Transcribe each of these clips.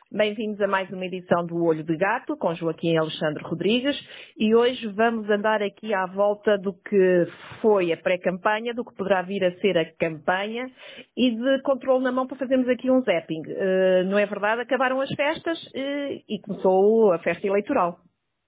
Bem-vindos a mais uma edição do Olho de Gato, com Joaquim Alexandre Rodrigues, e hoje vamos andar aqui à volta do que foi a pré-campanha, do que poderá vir a ser a campanha e de controle na mão para fazermos aqui um zapping. Não é verdade? Acabaram as festas e começou a festa eleitoral.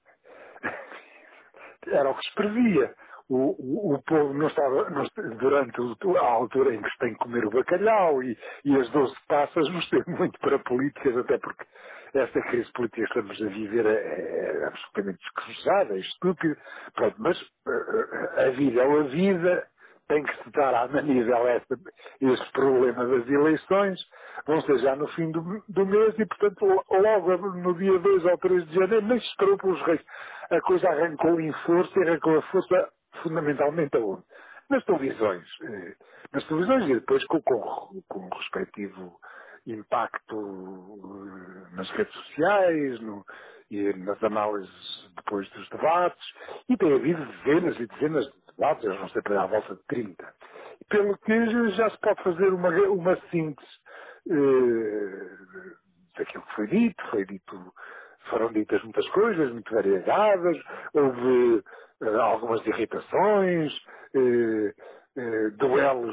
Era o que se previa. O povo não estava, durante a altura em que se tem que comer o bacalhau e as 12 passas, não esteve muito para políticas, até porque esta crise política que estamos a viver é absolutamente descruzada, é estúpida. Pronto, mas a vida é a vida, tem que se dar à manivela este problema das eleições, vão ser já no fim do mês e, portanto, logo no dia 2 ou 3 de janeiro, nem se esperou pelos reis. A coisa arrancou em força e arrancou a força fundamentalmente aonde? Nas televisões. Nas televisões e depois com o respectivo impacto nas redes sociais e nas análises depois dos debates. E tem havido dezenas e dezenas de debates, eu não sei, para à volta de 30. Pelo que já se pode fazer uma síntese daquilo que foi dito, foram ditas muitas coisas, muito variegadas, houve algumas irritações, duelos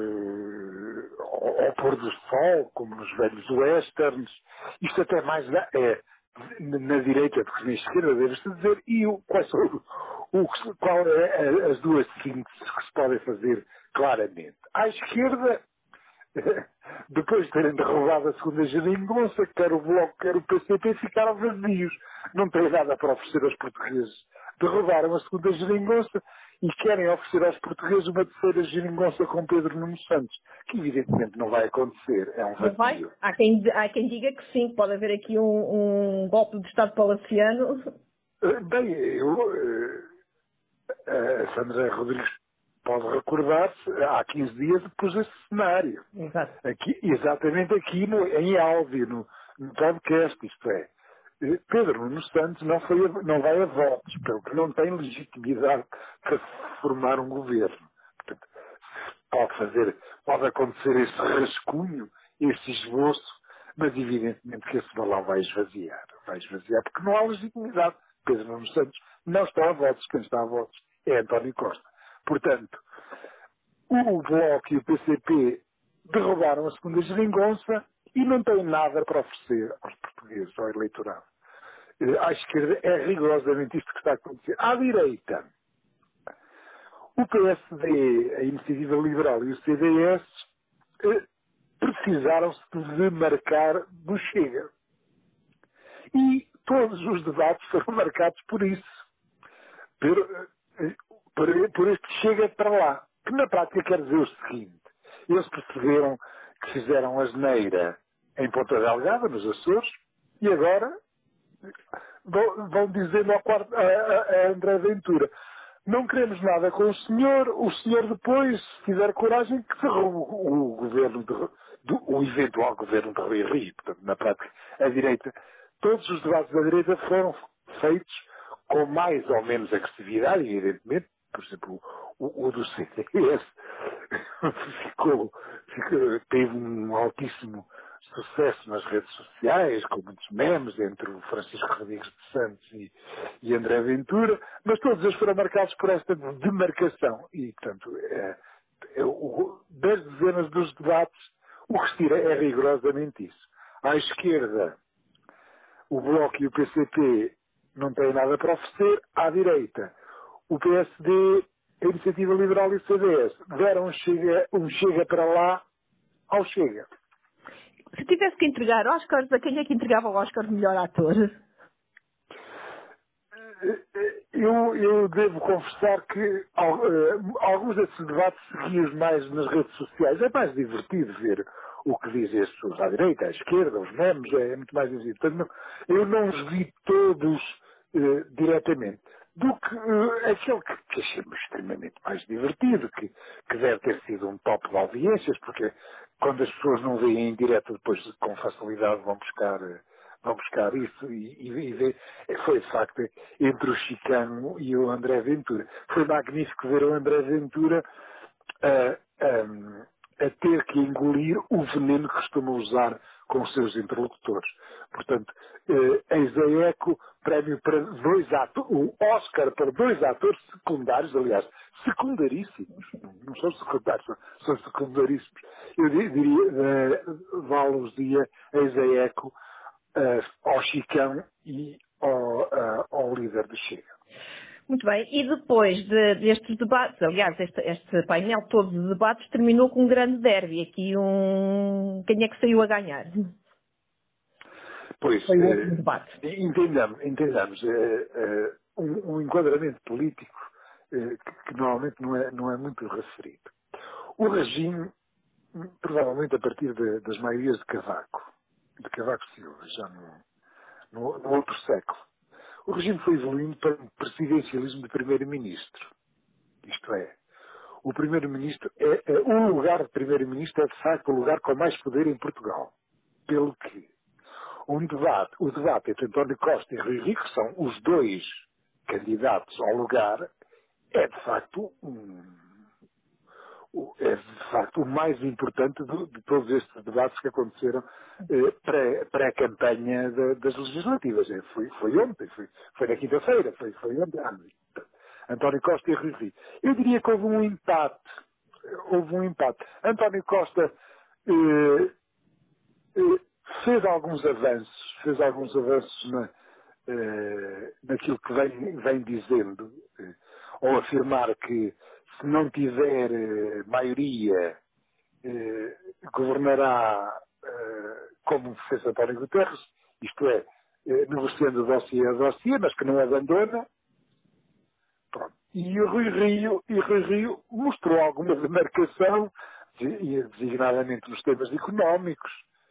ao pôr do sol, como nos velhos westerns, isto até mais na direita do que na esquerda, deve-se dizer, e qual é as duas sínteses que se podem fazer claramente. À esquerda, depois de terem derrubado a segunda geringonça, quer o Bloco, quer o PCP, ficaram vazios. Não têm nada para oferecer aos portugueses. Derrubaram a segunda geringonça e querem oferecer aos portugueses uma terceira geringonça com Pedro Nuno Santos, que evidentemente não vai acontecer. É um Não vai? vazio. Há quem diga que sim, pode haver aqui um golpe de Estado palaciano. Bem, a Sandra Rodrigues pode recordar-se, há 15 dias pus esse cenário. Exato. Exatamente aqui em áudio, no podcast, isto é. Pedro Nuno Santos não vai a votos, pelo que não tem legitimidade para formar um governo. Portanto, pode acontecer esse rascunho, esse esboço, mas evidentemente que esse balão vai esvaziar. Vai esvaziar porque não há legitimidade. Pedro Nuno Santos não está a votos. Quem está a votos é António Costa. Portanto, o Bloco e o PCP derrubaram a segunda geringonça e não têm nada para oferecer aos portugueses, ao eleitorado. À esquerda é rigorosamente isto que está a acontecer. À direita, o PSD, a Iniciativa Liberal e o CDS precisaram-se de marcar do Chega. E todos os debates foram marcados por isso. Por este Chega para lá. Que na prática quer dizer o seguinte. Eles perceberam que fizeram asneira em Ponta Delgada, nos Açores, e agora vão dizendo a André Ventura: não queremos nada com o senhor depois, se tiver coragem, que derrube o governo, o eventual governo de Rui Rio. Portanto, na prática, a direita, todos os debates da direita foram feitos com mais ou menos agressividade, evidentemente. Por exemplo, o do CDS teve um altíssimo sucesso nas redes sociais, com muitos memes entre o Francisco Rodrigues de Santos e André Ventura, mas todos eles foram marcados por esta demarcação. E, portanto, das dezenas dos debates, o que se tira é rigorosamente isso. À esquerda, o Bloco e o PCP não têm nada para oferecer. À direita, o PSD, a Iniciativa Liberal e o CDS deram um chega para lá ao Chega. Se tivesse que entregar Oscars, a quem é que entregava o Oscar de melhor ator? Eu devo confessar que alguns desses debates segui-os mais nas redes sociais. É mais divertido ver o que dizem as pessoas à direita, à esquerda, os memes, é muito mais divertido. Portanto, eu não os vi todos diretamente. Do que aquele que achei-me extremamente mais divertido, que deve ter sido um top de audiências, porque quando as pessoas não veem em direto, depois com facilidade vão buscar isso e ver. Foi de facto entre o Chicano e o André Ventura. Foi magnífico ver o André Ventura a ter que engolir o veneno que costuma usar com os seus interlocutores. Portanto, eis a ECO, prémio para o Oscar para 2 atores secundários, aliás, secundaríssimos, não são secundários, são secundaríssimos. Eu diria, vale-os-dia, eis a ECO, ao Chicão e ao líder do Chega. Muito bem, e depois destes debates, aliás, este painel todo de debates terminou com um grande derby. Aqui quem é que saiu a ganhar? Pois, Foi o outro debate. entendamos um enquadramento político que normalmente não é muito referido. O regime, provavelmente a partir das maiorias de Cavaco Silva, já no outro século, o regime foi evoluindo para um presidencialismo de primeiro-ministro. Isto é, o primeiro-ministro o lugar de primeiro-ministro é de facto o lugar com mais poder em Portugal. Pelo que o debate entre António Costa e Rui Rio, que são os 2 candidatos ao lugar, é de facto o mais importante de todos estes debates que aconteceram pré-campanha das legislativas. Foi ontem, foi na quinta-feira, foi ontem à noite. António Costa e Rui Rio. Eu diria que houve um empate. António Costa fez alguns avanços naquilo que vem dizendo, ao afirmar que se não tiver maioria, governará como fez António Guterres, isto é, negociando dossiê a dossiê, mas que não abandona. Pronto. E o Rui Rio mostrou alguma demarcação, designadamente nos temas económicos,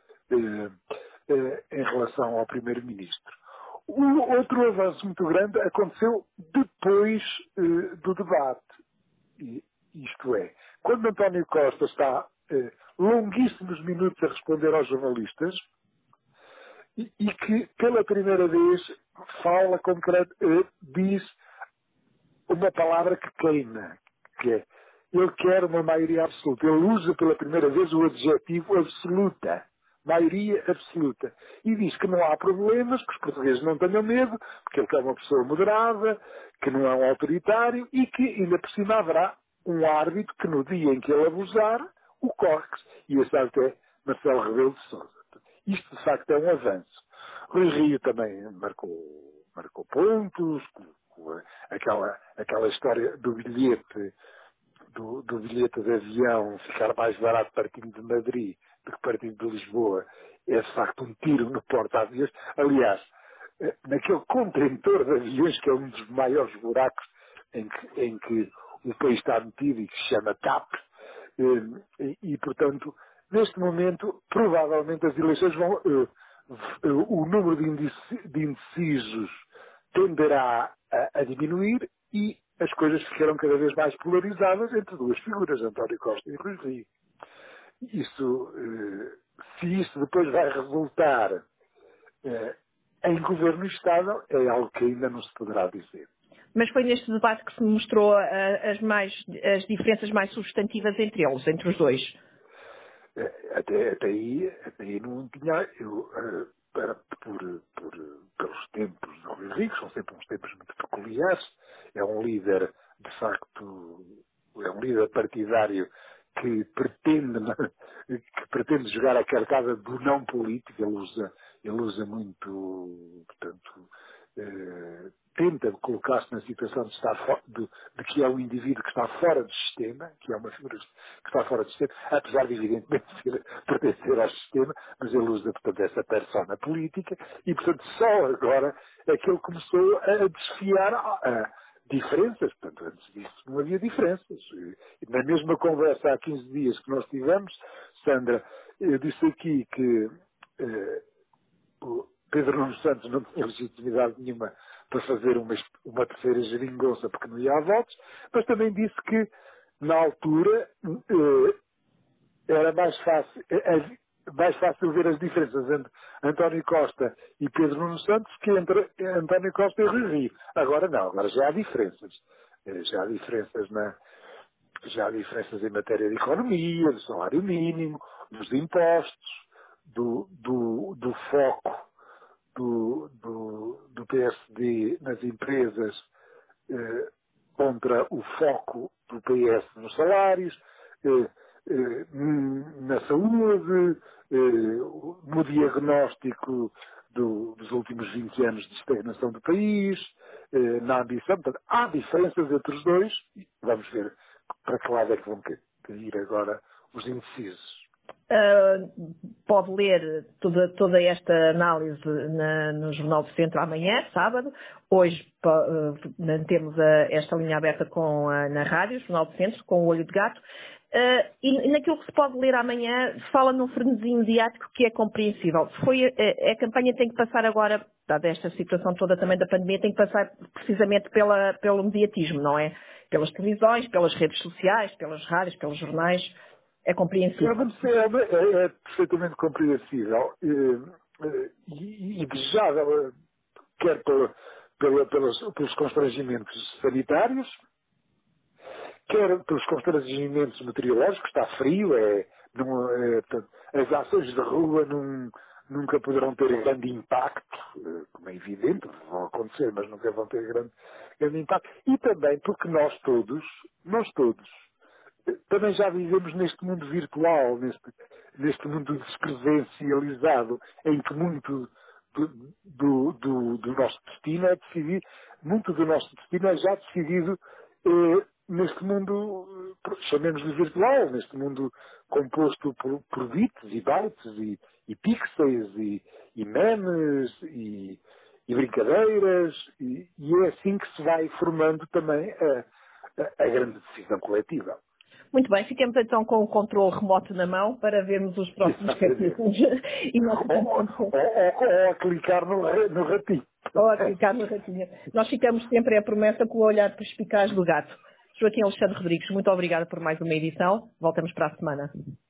em relação ao Primeiro-Ministro. Outro avanço muito grande aconteceu depois do debate. Isto é, quando António Costa está longuíssimos minutos a responder aos jornalistas e que pela primeira vez fala diz uma palavra que queima, que é, ele quer uma maioria absoluta. Ele usa pela primeira vez o adjetivo absoluta. Maioria absoluta. E diz que não há problemas, que os portugueses não tenham medo, porque ele quer uma pessoa moderada, que não é um autoritário e que ainda por cima haverá um árbitro que no dia em que ele abusar, o corte. E esse árbitro é Marcelo Rebelo de Sousa. Isto de facto é um avanço. Rui Rio também marcou pontos, aquela história do bilhete de avião ficar mais barato partindo de Madrid do que partindo de Lisboa é de facto um tiro no porta-aviões. Aliás, naquele contentor de aviões que é um dos maiores buracos em que o país está metido e que se chama TAP, e portanto, neste momento, provavelmente as eleições o número de indecisos tenderá a diminuir e as coisas ficaram cada vez mais polarizadas entre 2 figuras, António Costa e Rui Rio. Se isso depois vai resultar em governo estável, é algo que ainda não se poderá dizer. Mas foi neste debate que se mostrou as diferenças mais substantivas entre eles, entre os 2. Até aí não tinha. Pelos tempos do Rui Rio, que são sempre uns tempos muito peculiares, é um líder, de facto, é um líder partidário que pretende jogar a cartada do não político. Ele usa muito, portanto, tenta colocar-se na situação de que é um indivíduo que está fora do sistema, que é uma figura que está fora do sistema, apesar de evidentemente pertencer ao sistema, mas ele usa, portanto, essa persona política e, portanto, só agora é que ele começou a desfiar diferenças. Portanto, antes disso não havia diferenças. E na mesma conversa há 15 dias que nós tivemos, Sandra, eu disse aqui que o Pedro Nuno Santos não tinha legitimidade nenhuma para fazer uma terceira geringonça porque não ia a votos, mas também disse que, na altura, era mais fácil ver as diferenças entre António Costa e Pedro Nuno Santos que entre António Costa e Rui Rio. Agora não, agora já há diferenças. Já há diferenças em matéria de economia, do salário mínimo, dos impostos, do foco do PSD nas empresas contra o foco do PS nos salários, na saúde, no diagnóstico dos últimos 20 anos de estagnação do país, na ambição. Portanto, há diferenças entre os dois. Vamos ver para que lado é que vão cair agora os indecisos. Pode ler toda esta análise no Jornal do Centro amanhã, sábado. Hoje mantemos esta linha aberta na rádio, Jornal do Centro, com o Olho de Gato. E naquilo que se pode ler amanhã, fala num frenesim mediático que é compreensível. A campanha tem que passar agora, dada esta situação toda também da pandemia, tem que passar precisamente pelo mediatismo, não é? Pelas televisões, pelas redes sociais, pelas rádios, pelos jornais. É compreensível. É perfeitamente compreensível e desejável, quer pelos constrangimentos sanitários, quer pelos constrangimentos meteorológicos. Está frio, as ações da rua nunca poderão ter grande impacto, como é evidente, vão acontecer, mas nunca vão ter grande impacto. E também porque nós todos, também já vivemos neste mundo virtual, neste mundo despresencializado, em que muito do nosso destino é decidido, muito do nosso destino é já decidido neste mundo, chamemos-lhe virtual, neste mundo composto por bits e bytes e pixels e memes e brincadeiras, e é assim que se vai formando também a grande decisão coletiva. Muito bem, ficamos então com o controle remoto na mão para vermos os próximos capítulos. Ou a clicar no ratinho. Ou a clicar no ratinho. Nós ficamos sempre à promessa com o olhar perspicaz do gato. Joaquim Alexandre Rodrigues, muito obrigada por mais uma edição. Voltamos para a semana.